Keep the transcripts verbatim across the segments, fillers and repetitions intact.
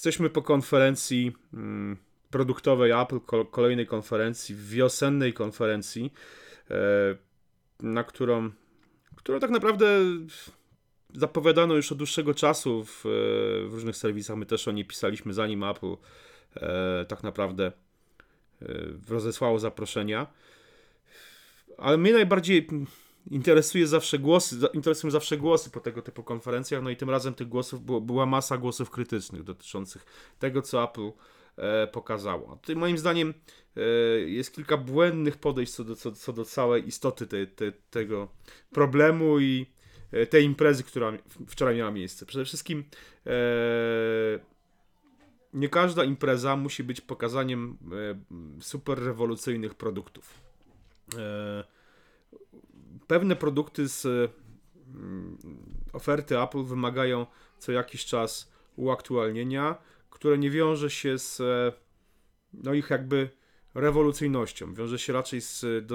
Jesteśmy po konferencji mm, produktowej Apple, kolejnej konferencji, wiosennej konferencji, na którą, którą tak naprawdę zapowiadano już od dłuższego czasu w, w różnych serwisach. My też o niej pisaliśmy, zanim Apple tak naprawdę rozesłało zaproszenia. Ale mnie najbardziej interesuje zawsze głosy, interesują zawsze głosy po tego typu konferencjach, no i tym razem tych głosów było, była masa głosów krytycznych dotyczących tego, co Apple e, pokazało. Tutaj moim zdaniem e, jest kilka błędnych podejść co do, co, co do całej istoty te, te, tego problemu i e, tej imprezy, która wczoraj miała miejsce. Przede wszystkim e, nie każda impreza musi być pokazaniem e, super rewolucyjnych produktów. E, Pewne produkty z oferty Apple wymagają co jakiś czas uaktualnienia, które nie wiąże się z no, ich jakby rewolucyjnością. Wiąże się raczej z do,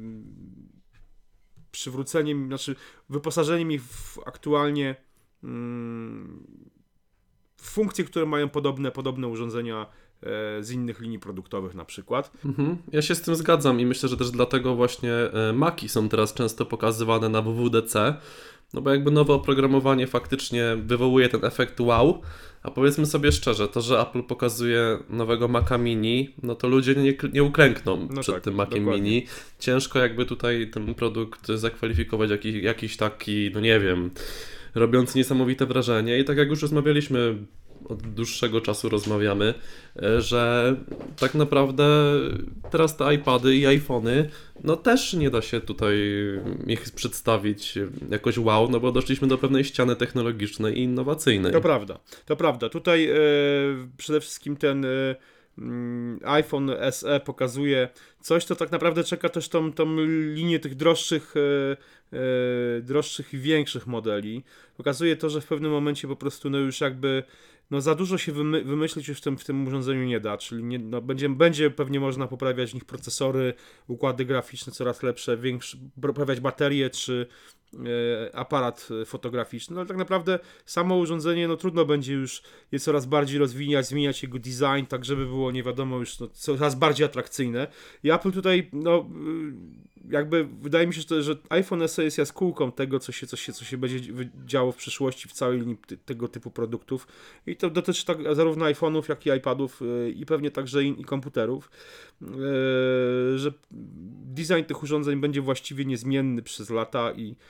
przywróceniem, znaczy wyposażeniem ich w aktualnie mm, w funkcje, które mają podobne, podobne urządzenia z innych linii produktowych na przykład. Mhm. Ja się z tym zgadzam i myślę, że też dlatego właśnie Maci są teraz często pokazywane na W W D C, no bo jakby nowe oprogramowanie faktycznie wywołuje ten efekt wow, a powiedzmy sobie szczerze, to, że Apple pokazuje nowego Maca Mini, no to ludzie nie, nie uklękną no przed tak, tym Maciem dokładnie. Mini. Ciężko jakby tutaj ten produkt zakwalifikować jakiś, jakiś taki, no nie wiem, robiący niesamowite wrażenie i tak jak już rozmawialiśmy, od dłuższego czasu rozmawiamy, że tak naprawdę teraz te iPady i iPhony, no też nie da się tutaj ich przedstawić jakoś wow, no bo doszliśmy do pewnej ściany technologicznej i innowacyjnej. To prawda, to prawda. Tutaj e, przede wszystkim ten e, iPhone S E pokazuje coś, co tak naprawdę czeka też tą, tą linię tych droższych, e, e, droższych i większych modeli. Pokazuje to, że w pewnym momencie po prostu no już jakby no za dużo się wymy- wymyślić już w tym, w tym urządzeniu nie da, czyli nie, no będzie, będzie pewnie można poprawiać w nich procesory, układy graficzne coraz lepsze, większe, poprawiać baterie czy e, aparat fotograficzny, no ale tak naprawdę samo urządzenie no trudno będzie już je coraz bardziej rozwijać, zmieniać jego design, tak żeby było nie wiadomo już no, coraz bardziej atrakcyjne. I Apple tutaj no jakby wydaje mi się, że, że iPhone S E jest jaskółką tego, co się, co się, co się będzie działo w przyszłości w całej linii t- tego typu produktów. I to dotyczy tak zarówno iPhone'ów, jak i iPadów yy, i pewnie także i, i komputerów, yy, że design tych urządzeń będzie właściwie niezmienny przez lata i yy,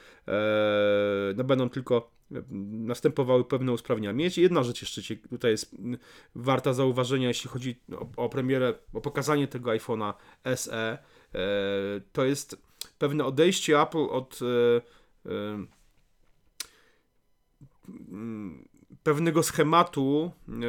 no będą tylko następowały pewne usprawnienia. Jest jedna rzecz jeszcze tutaj jest warta zauważenia, jeśli chodzi o, o premierę, o pokazanie tego iPhone'a S E. To jest pewne odejście Apple od pewnego schematu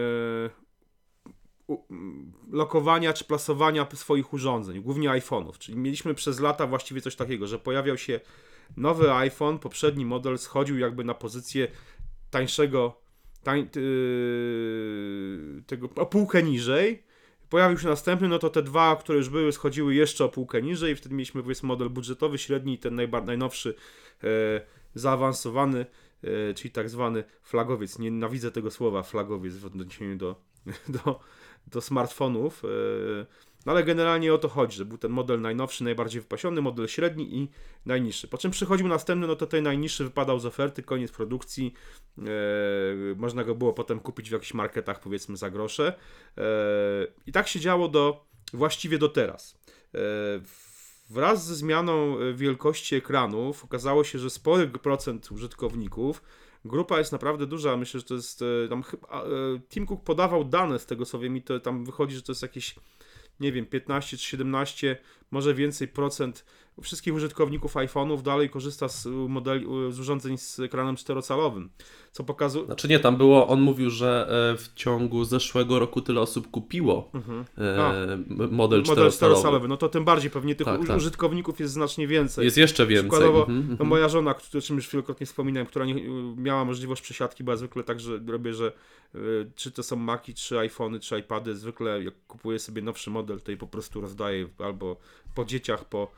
lokowania czy plasowania swoich urządzeń, głównie iPhone'ów. Czyli mieliśmy przez lata właściwie coś takiego, że pojawiał się nowy iPhone, poprzedni model schodził jakby na pozycję tańszego, tań, yy, tego o półkę niżej. Pojawił się następny, no to te dwa, które już były, schodziły jeszcze o półkę niżej i wtedy mieliśmy powiedzmy model budżetowy, średni i ten najba- najnowszy, e, zaawansowany, e, czyli tak zwany flagowiec. Nienawidzę tego słowa flagowiec w odniesieniu do, do, do smartfonów, e, no ale generalnie o to chodzi, że był ten model najnowszy, najbardziej wypasiony, model średni i najniższy. Po czym przychodził następny, no to ten najniższy wypadał z oferty, koniec produkcji, e, można go było potem kupić w jakichś marketach powiedzmy za grosze e, i tak się działo do, właściwie do teraz. E, wraz ze zmianą wielkości ekranów okazało się, że spory procent użytkowników, grupa jest naprawdę duża, myślę, że to jest, tam chyba, Tim Cook podawał dane z tego co wiem i to tam wychodzi, że to jest jakieś nie wiem, piętnaście czy siedemnaście, może więcej procent wszystkich użytkowników iPhone'ów dalej korzysta z modeli, z urządzeń z ekranem czterocalowym, co pokazuje... Znaczy nie, tam było, on mówił, że w ciągu zeszłego roku tyle osób kupiło mhm. A, model czterocalowy. No to tym bardziej pewnie tych tak, u- tak. użytkowników jest znacznie więcej. Jest jeszcze więcej. Przykładowo mhm, to moja żona, o czym już wielokrotnie wspominałem, która nie, miała możliwość przesiadki, bo ja zwykle tak, że robię, że y, czy to są Maci, czy iPhony, czy iPady, zwykle jak kupuję sobie nowszy model, to je po prostu rozdaję albo po dzieciach, po,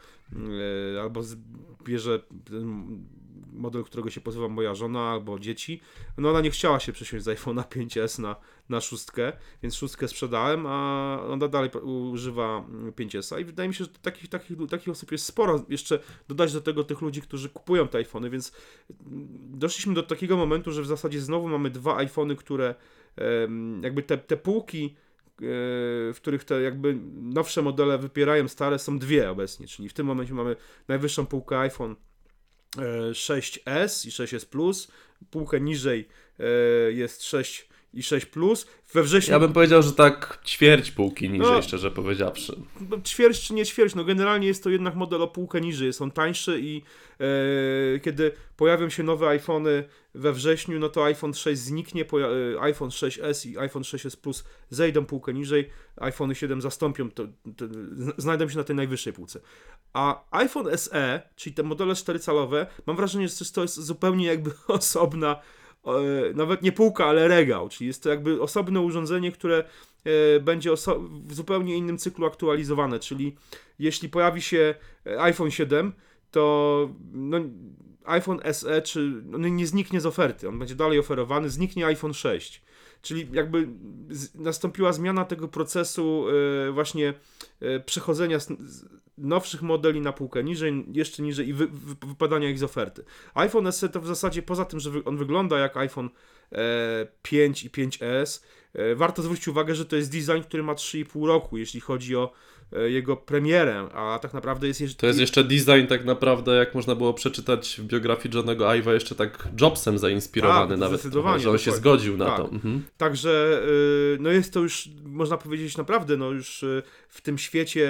yy, albo bierze ten model, którego się pozbywa moja żona albo dzieci, no ona nie chciała się przesiąść z iPhone'a pięć es na, na szóstkę, więc szóstkę sprzedałem, a ona dalej używa pięć es. I wydaje mi się, że takich, takich, takich osób jest sporo. Jeszcze dodać do tego tych ludzi, którzy kupują te iPhony, więc doszliśmy do takiego momentu, że w zasadzie znowu mamy dwa iPhony, które jakby te, te półki, w których te jakby nowsze modele wypierają stare, są dwie obecnie, czyli w tym momencie mamy najwyższą półkę iPhone sześć es i sześć es Plus, półkę niżej jest sześć i sześć Plus. We wrześniu... Ja bym powiedział, że tak ćwierć półki niżej, no, szczerze powiedziawszy. Ćwierć czy nie ćwierć, no generalnie jest to jednak model o półkę niżej, jest on tańszy i e, kiedy pojawią się nowe iPhony we wrześniu, no to iPhone sześć zniknie, poja- iPhone sześć es i iPhone sześć es Plus zejdą półkę niżej, iPhone siedem zastąpią, to, to, znajdą się na tej najwyższej półce. A iPhone es e, czyli te modele czterycalowe, mam wrażenie, że to jest zupełnie jakby osobna, nawet nie półka, ale regał, czyli jest to jakby osobne urządzenie, które będzie oso- w zupełnie innym cyklu aktualizowane, czyli jeśli pojawi się iPhone siedem, to no, iPhone es e czy, no, nie zniknie z oferty, on będzie dalej oferowany, zniknie iPhone sześć. Czyli jakby z, nastąpiła zmiana tego procesu e, właśnie e, przechodzenia z, z nowszych modeli na półkę niżej, jeszcze niżej i wy, wy, wypadania ich z oferty. iPhone es e to w zasadzie poza tym, że wy, on wygląda jak iPhone e, pięć i pięć es, e, warto zwrócić uwagę, że to jest design, który ma trzy i pół roku, jeśli chodzi o e, jego premierę, a tak naprawdę jest jeszcze... To jest jeszcze design tak naprawdę, jak można było przeczytać w biografii Johnego Ive'a, jeszcze tak Jobsem zainspirowany tak, nawet, zdecydowanie, że on się dokładnie. zgodził na tak. to. Mhm. Także y, no jest to już, można powiedzieć naprawdę, no już y, w tym świecie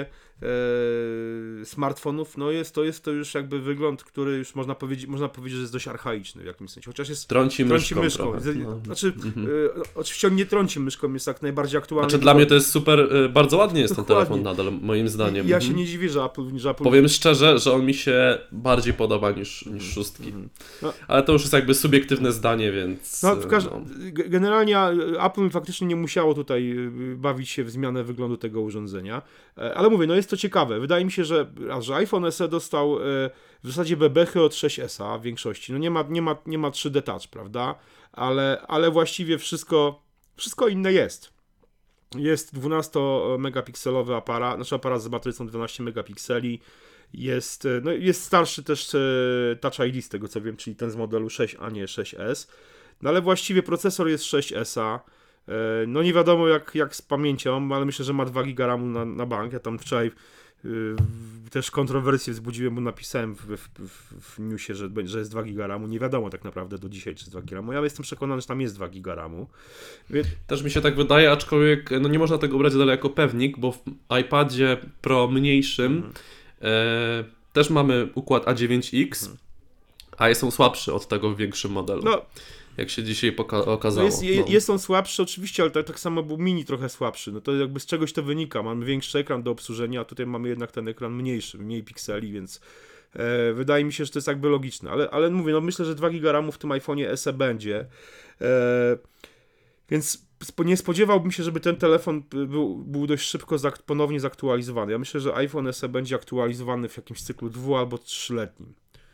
y, smartfonów, no jest to, jest to już jakby wygląd, który już można powiedzieć, można powiedzieć, że jest dość archaiczny w jakimś sensie, chociaż jest... Trąci myszką. Trąci myszką. Trochę, no. Znaczy, mhm. y, oczywiście on nie trąci myszką, jest tak najbardziej aktualny. Znaczy dla mnie to jest super, y, bardzo ładnie jest Dokładnie. ten telefon nadal, moim zdaniem. I ja mhm. się nie dziwię, że Apple... Że Apple... Powiem szczerze, że on mi się bardziej podoba niż, niż szóstki. Mhm. No. Ale to już jest jakby subiektywne zdanie, więc... No, w każ- no. Generalnie Apple faktycznie nie musiało tutaj bawić się w zmianę wyglądu tego urządzenia, ale mówię, no jest to ciekawe. Wydaje mi się, że, że iPhone es e dostał w zasadzie bebechy od sześć es a w większości. No nie ma, nie ma, nie ma trzy D Touch, prawda? Ale, ale właściwie wszystko, wszystko inne jest. Jest dwunastomegapikselowy aparat, znaczy aparat z matrycą dwanaście megapikseli. Jest, no jest starszy też Touch I D z tego co wiem, czyli ten z modelu sześć, a nie sześć es. No ale właściwie procesor jest sześć es a. No nie wiadomo jak, jak z pamięcią, ale myślę, że ma dwa giga ramu na, na bank. Ja tam wczoraj yy, też kontrowersję wzbudziłem, bo napisałem w, w, w, w newsie, że, że jest dwa giga ramu. Nie wiadomo tak naprawdę do dzisiaj, czy jest dwa giga ramu. Ja jestem przekonany, że tam jest dwa giga ramu. Więc... Też mi się tak wydaje, aczkolwiek no nie można tego brać dalej jako pewnik, bo w iPadzie Pro mniejszym mm. e, też mamy układ A dziewięć X, mm. a są słabszy od tego w większym modelu. No. Jak się dzisiaj poka- okazało. No jest, je, no. jest on słabszy oczywiście, ale tak, tak samo był mini trochę słabszy. No to jakby z czegoś to wynika. Mamy większy ekran do obsłużenia, a tutaj mamy jednak ten ekran mniejszy, mniej pikseli, więc e, wydaje mi się, że to jest jakby logiczne. Ale, ale mówię, no myślę, że dwa giga ramu w tym iPhone'ie es e będzie. E, więc nie spodziewałbym się, żeby ten telefon był, był dość szybko zak- ponownie zaktualizowany. Ja myślę, że iPhone es e będzie aktualizowany w jakimś cyklu dwu- albo trzyletnim.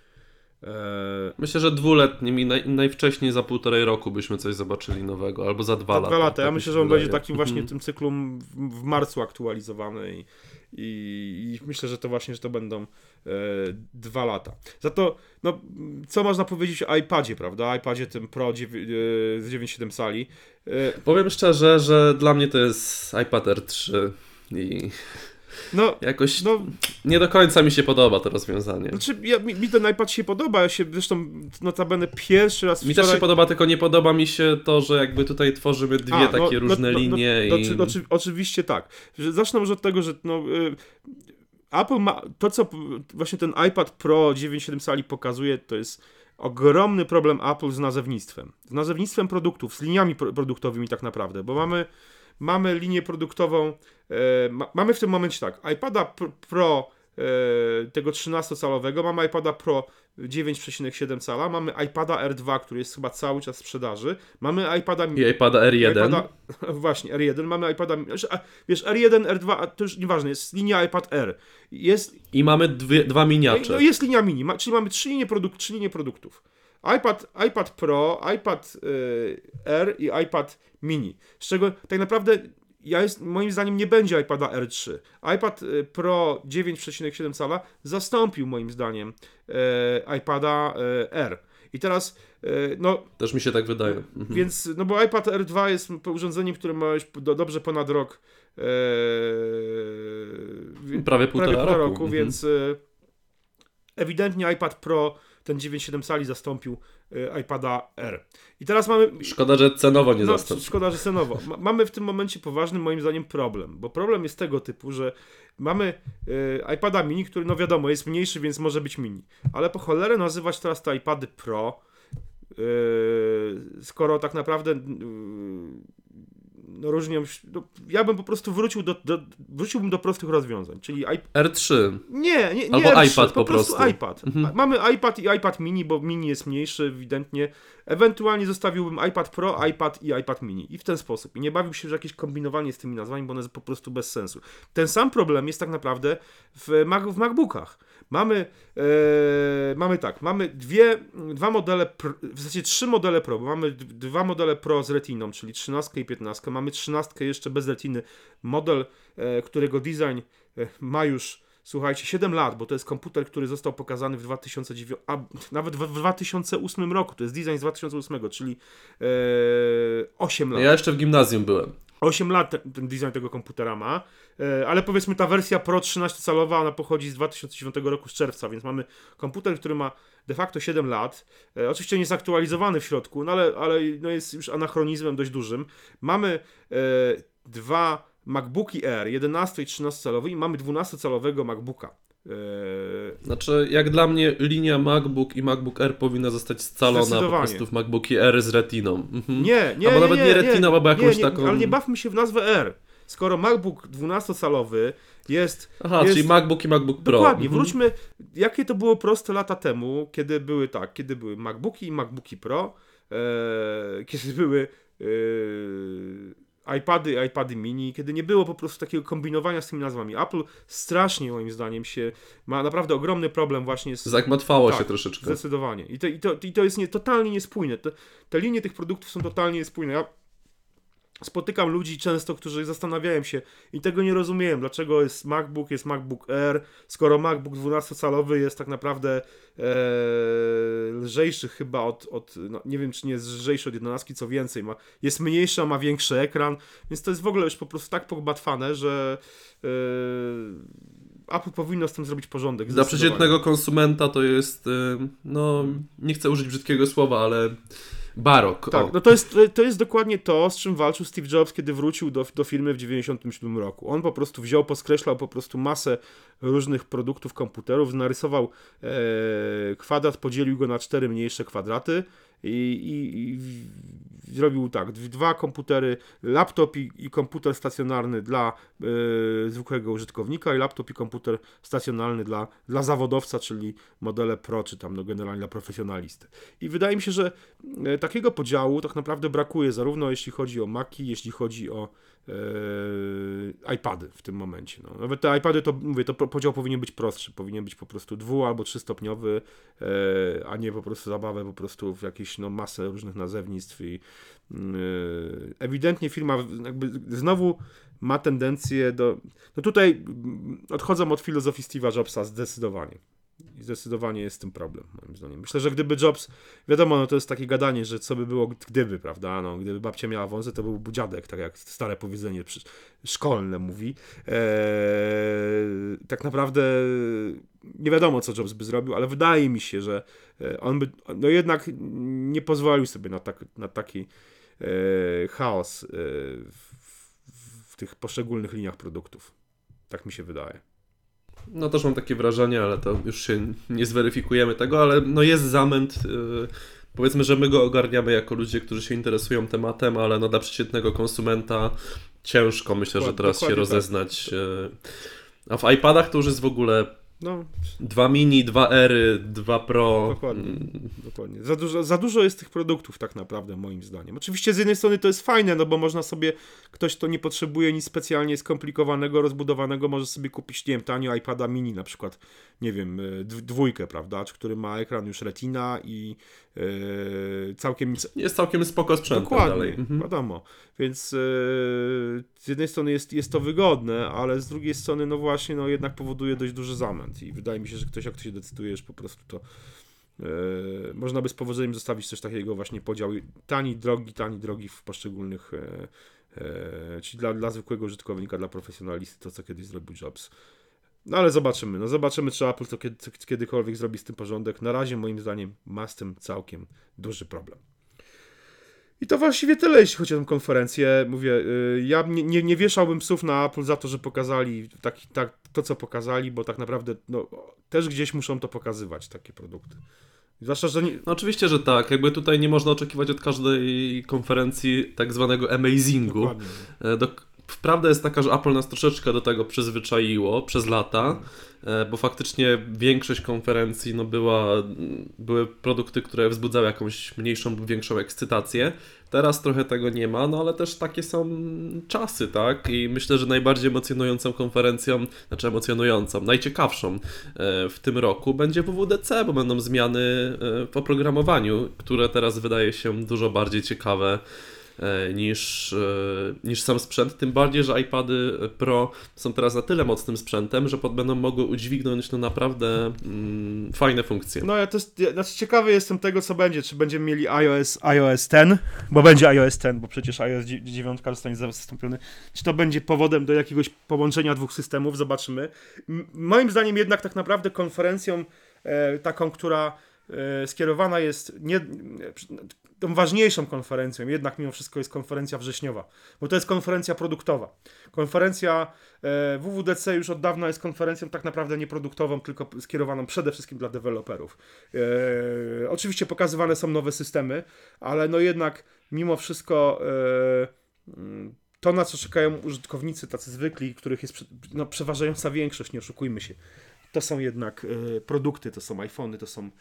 Myślę, że dwuletnim i naj, najwcześniej za półtorej roku byśmy coś zobaczyli nowego, albo za dwa za lata. Dwa lata. Ja tak myślę, że on wydaje. będzie takim właśnie tym cyklu w, w marcu aktualizowany i, i, i myślę, że to właśnie, że to będą e, dwa lata. Za to, no, co można powiedzieć o iPadzie, prawda? iPadzie tym Pro dziew- e, z dziewięć przecinek siedem cali. E, Powiem szczerze, że dla mnie to jest iPad R trzy i... No, jakoś no, nie do końca mi się podoba to rozwiązanie. Znaczy, ja, mi, mi ten iPad się podoba, ja się zresztą notabene pierwszy raz Mi wczoraj... też się podoba, tylko nie podoba mi się to, że jakby tutaj tworzymy dwie A, takie no, różne no, linie no, i... no, oczy, oczywiście tak. Zacznę może od tego, że no, y, Apple ma, to co właśnie ten iPad Pro dziewięć przecinek siedem cali pokazuje, to jest ogromny problem Apple z nazewnictwem. Z nazewnictwem produktów, z liniami pro, produktowymi tak naprawdę, bo mamy Mamy linię produktową, e, ma, mamy w tym momencie tak, iPada Pro e, tego trzynastocalowego, mamy iPada Pro dziewięć przecinek siedem cala, mamy iPada R dwa, który jest chyba cały czas w sprzedaży, mamy iPada... I iPada R jeden. IPada, właśnie, R jeden, mamy iPada... Wiesz, R jeden, R dwa, to już nieważne, jest linia iPad Air. Jest, I mamy dwie, dwa miniacze. no jest linia mini, ma, czyli mamy trzy linie, produk, trzy linie produktów. iPad, iPad Pro, iPad y, R i iPad mini. Z czego tak naprawdę ja jest, moim zdaniem nie będzie iPada R trzy. iPad Pro dziewięć przecinek siedem cala zastąpił moim zdaniem y, iPada y, R. I teraz, y, no... Też mi się tak wydaje. Mhm. Więc, no bo iPad R dwa jest urządzeniem, które ma już do, dobrze ponad rok. Yy, prawie półtora prawie roku, roku mhm. więc yy, ewidentnie iPad Pro, ten dziewięć przecinek siedem cali zastąpił yy, iPada R. I teraz mamy... Szkoda, że cenowo nie no, zastąpił. Szkoda, że cenowo. Ma, mamy w tym momencie poważny, moim zdaniem, problem, bo problem jest tego typu, że mamy yy, iPada mini, który, no wiadomo, jest mniejszy, więc może być mini, ale po cholerę nazywać teraz te iPady Pro, yy, skoro tak naprawdę yy, no różnią się, no, ja bym po prostu wrócił do, do, wróciłbym do prostych rozwiązań, czyli iP- R trzy. Nie, nie, nie Albo R trzy, iPad po, po prostu prostu. iPad. Mhm. Mamy iPad i iPad mini, bo mini jest mniejszy ewidentnie. Ewentualnie zostawiłbym iPad Pro, iPad i iPad mini i w ten sposób. I nie bawił się w jakieś kombinowanie z tymi nazwami, bo one jest po prostu bez sensu. Ten sam problem jest tak naprawdę w, Mac, w MacBookach. Mamy, e, mamy tak, mamy dwie, dwa modele, pr, w zasadzie trzy modele Pro, bo mamy d- dwa modele Pro z retiną, czyli trzynastkę i piętnastkę. Mamy trzynastkę jeszcze bez retiny, model, e, którego design e, ma już, słuchajcie, siedem lat, bo to jest komputer, który został pokazany w dwa tysiące dziewiątym, a nawet w dwa tysiące ósmym roku, to jest design z dwa tysiące ósmego, czyli e, osiem lat. Ja jeszcze w gimnazjum byłem. osiem lat ten, ten design tego komputera ma, e, ale powiedzmy ta wersja Pro trzynastocalowa, ona pochodzi z dwa tysiące dziewiątego roku, z czerwca, więc mamy komputer, który ma de facto siedem lat, e, oczywiście nie jest aktualizowany w środku, no ale, ale no jest już anachronizmem dość dużym. Mamy e, dwa MacBooki Air, jedenasto i trzynastocalowy i mamy dwunastocalowego MacBooka. Eee... Znaczy, jak dla mnie linia MacBook i MacBook Air powinna zostać scalona po prostu w MacBooki Air z retiną. Mhm. Nie, nie, Albo nie, nawet nie, nie retina, nie, albo jakąś nie, taką... Ale nie bawmy się w nazwę R. Skoro MacBook dwunastocalowy jest... Aha, jest... czyli MacBook i MacBook Pro. Dokładnie, mhm. wróćmy, jakie to było proste lata temu, kiedy były tak, kiedy były MacBooki i MacBooki Pro, e, kiedy były e, iPady, iPady mini, kiedy nie było po prostu takiego kombinowania z tymi nazwami. Apple strasznie moim zdaniem się, ma naprawdę ogromny problem właśnie z... Zagmatwało tak, się troszeczkę. Zdecydowanie. I to, i to, i to jest nie, totalnie niespójne. Te, te linie tych produktów są totalnie niespójne. Ja spotykam ludzi często, którzy zastanawiają się i tego nie rozumieją, dlaczego jest MacBook, jest MacBook Air, skoro MacBook dwunastocalowy jest tak naprawdę e, lżejszy chyba od, od no, nie wiem czy nie jest lżejszy od jedenastki, co więcej, ma, jest mniejszy, a ma większy ekran, więc to jest w ogóle już po prostu tak pogmatwane, że e, Apple powinno z tym zrobić porządek. Dla przeciętnego konsumenta to jest, no nie chcę użyć brzydkiego słowa, ale barok. Tak, o. no to jest, to jest dokładnie to, z czym walczył Steve Jobs, kiedy wrócił do, do firmy w dziewięćdziesiątym siódmym roku. On po prostu wziął, poskreślał po prostu masę różnych produktów komputerów, narysował e, kwadrat, podzielił go na cztery mniejsze kwadraty i, i, i zrobił tak, dwa komputery, laptop i, i komputer stacjonarny dla e, zwykłego użytkownika i laptop i komputer stacjonarny dla, dla zawodowca, czyli modele Pro, czy tam no generalnie dla profesjonalisty. I wydaje mi się, że e, takiego podziału tak naprawdę brakuje, zarówno jeśli chodzi o Maci, jeśli chodzi o e, iPady w tym momencie. No. Nawet te iPady, to mówię, to podział powinien być prostszy, powinien być po prostu dwu- albo trzystopniowy, e, a nie po prostu zabawę po prostu w jakieś no, masę różnych nazewnictw i e, ewidentnie firma jakby znowu ma tendencję do... No tutaj odchodzą od filozofii Steve'a Jobsa zdecydowanie. I zdecydowanie jest z tym problem, moim zdaniem. Myślę, że gdyby Jobs, wiadomo, no to jest takie gadanie, że co by było gdyby, prawda? No, gdyby babcia miała wąsy, to byłby dziadek, tak jak stare powiedzenie szkolne mówi. Eee, tak naprawdę nie wiadomo, co Jobs by zrobił, ale wydaje mi się, że on by, no jednak nie pozwolił sobie na, tak, na taki e, chaos e, w, w tych poszczególnych liniach produktów. Tak mi się wydaje. No też mam takie wrażenie, ale to już się nie zweryfikujemy tego, ale no jest zamęt, yy, powiedzmy, że my go ogarniamy jako ludzie, którzy się interesują tematem, ale no dla przeciętnego konsumenta ciężko, myślę, że teraz się rozeznać. Yy. A w iPadach to już jest w ogóle No, Dwa mini, dwa ery, dwa pro. dokładnie, dokładnie. Za dużo, za dużo jest tych produktów tak naprawdę, moim zdaniem. Oczywiście z jednej strony to jest fajne, no bo można sobie, ktoś, kto nie potrzebuje nic specjalnie skomplikowanego, rozbudowanego, może sobie kupić, nie wiem, tanio iPada mini na przykład, nie wiem, dwójkę, prawda, który ma ekran już Retina i yy, całkiem nic... Jest całkiem spoko sprzęt. Dokładnie, dalej. Mhm. wiadomo. Więc yy, z jednej strony jest, jest to wygodne, ale z drugiej strony, no właśnie, no jednak powoduje dość duży zamęt i wydaje mi się, że ktoś, jak to się decyduje, że po prostu to yy, można by z powodzeniem zostawić coś takiego właśnie podział tani, drogi, tani, drogi w poszczególnych, yy, yy, czyli dla, dla zwykłego użytkownika, dla profesjonalisty, to co kiedyś zrobił Jobs. No ale zobaczymy, no zobaczymy, czy Apple to kiedy, kiedykolwiek zrobi z tym porządek. Na razie moim zdaniem ma z tym całkiem duży problem. I to właściwie tyle, jeśli chodzi o tę konferencję. Mówię, yy, ja nie, nie, nie wieszałbym psów na Apple za to, że pokazali taki, tak, to, co pokazali, bo tak naprawdę no, też gdzieś muszą to pokazywać, takie produkty. Zwłaszcza, że nie... No oczywiście, że tak. Jakby tutaj nie można oczekiwać od każdej konferencji tak zwanego amazingu. Dokładnie. Do, prawda jest taka, że Apple nas troszeczkę do tego przyzwyczaiło przez lata, bo faktycznie większość konferencji no była, były produkty, które wzbudzały jakąś mniejszą lub większą ekscytację. Teraz trochę tego nie ma, no ale też takie są czasy, tak? I myślę, że najbardziej emocjonującą konferencją, znaczy emocjonującą, najciekawszą w tym roku będzie W W D C, bo będą zmiany w oprogramowaniu, które teraz wydaje się dużo bardziej ciekawe niż, niż sam sprzęt, tym bardziej, że iPady Pro są teraz na tyle mocnym sprzętem, że pod będą mogły udźwignąć no naprawdę mm, fajne funkcje. No ja też, ja, znaczy ciekawy jestem tego, co będzie, czy będziemy mieli iOS, iOS dziesięć, bo będzie iOS dziesięć, bo przecież iOS dziewięć zostanie zastąpiony, czy to będzie powodem do jakiegoś połączenia dwóch systemów, zobaczymy. M- moim zdaniem jednak tak naprawdę konferencją e, taką, która e, skierowana jest nie... E, tą ważniejszą konferencją, jednak mimo wszystko jest konferencja wrześniowa, bo to jest konferencja produktowa. Konferencja e, W W D C już od dawna jest konferencją tak naprawdę nieproduktową, tylko skierowaną przede wszystkim dla deweloperów. E, oczywiście pokazywane są nowe systemy, ale no jednak mimo wszystko e, to, na co czekają użytkownicy tacy zwykli, których jest no, przeważająca większość, nie oszukujmy się, to są jednak e, produkty, to są iPhony, to są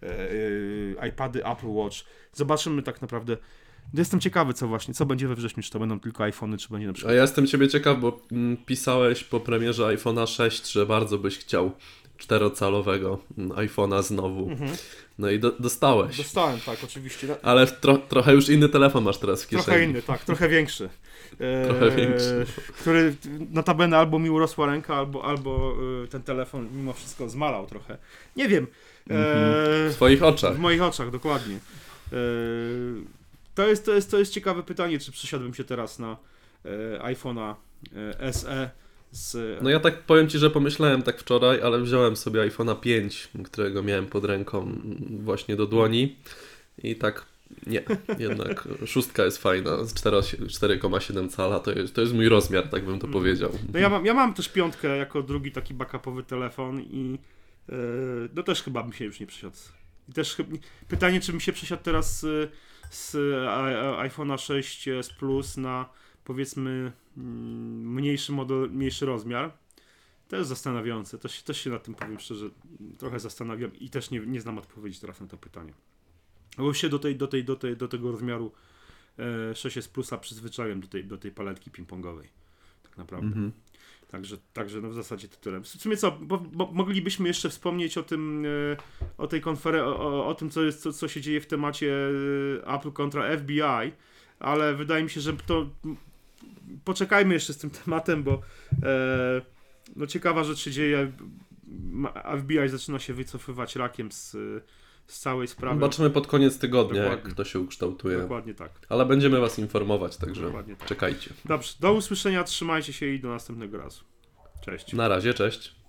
Yy, iPady, Apple Watch. Zobaczymy tak naprawdę. Jestem ciekawy, co właśnie, co będzie we wrześniu, czy to będą tylko iPhony, czy będzie na przykład... A ja jestem ciebie ciekaw, bo mm, pisałeś po premierze iPhone'a sześć, że bardzo byś chciał czterocalowego iPhone'a znowu. Mhm. No i do, dostałeś. Dostałem, tak, oczywiście. Ale tro, trochę już inny telefon masz teraz w kieszeni. Trochę inny, tak, trochę większy. E, trochę większy. Który notabene albo mi urosła ręka, albo, albo ten telefon mimo wszystko zmalał trochę. Nie wiem. W swoich oczach. W moich oczach, dokładnie. To jest, to jest, to jest ciekawe pytanie, czy przesiadłbym się teraz na iPhone'a S E z... No ja tak powiem Ci, że pomyślałem tak wczoraj, ale wziąłem sobie iPhone'a pięć, którego miałem pod ręką właśnie do dłoni i tak nie, jednak szóstka jest fajna, z cztery przecinek siedem cala, to jest, to jest mój rozmiar, tak bym to powiedział. No ja mam, ja mam też piątkę jako drugi taki backupowy telefon i yy, no też chyba bym się już nie przesiadł. I też chyba, pytanie, czy bym się przesiadł teraz z, z iPhone'a sześć S Plus na powiedzmy mniejszy model, mniejszy rozmiar. To jest zastanawiające, też, też się nad tym, powiem szczerze, trochę zastanawiam i też nie, nie znam odpowiedzi teraz na to pytanie. Bo się do, tej, do, tej, do, tej, do tego rozmiaru e, sześć S Plusa przyzwyczaiłem do tej, do tej paletki ping-pongowej. Tak naprawdę. Mm-hmm. Także, także no w zasadzie to tyle. W sumie co, bo, bo moglibyśmy jeszcze wspomnieć o tym, e, o tej konferencji, o, o tym, co, jest, co, co się dzieje w temacie e, Apple kontra F B I, ale wydaje mi się, że to poczekajmy jeszcze z tym tematem, bo e, no ciekawa rzecz się dzieje. F B I zaczyna się wycofywać rakiem z, z całej sprawy. Zobaczymy pod koniec tygodnia, Dokładnie. jak to się ukształtuje. Dokładnie tak. Ale będziemy Was informować, także tak. czekajcie. Dobrze, do usłyszenia, trzymajcie się i do następnego razu. Cześć. Na razie, cześć.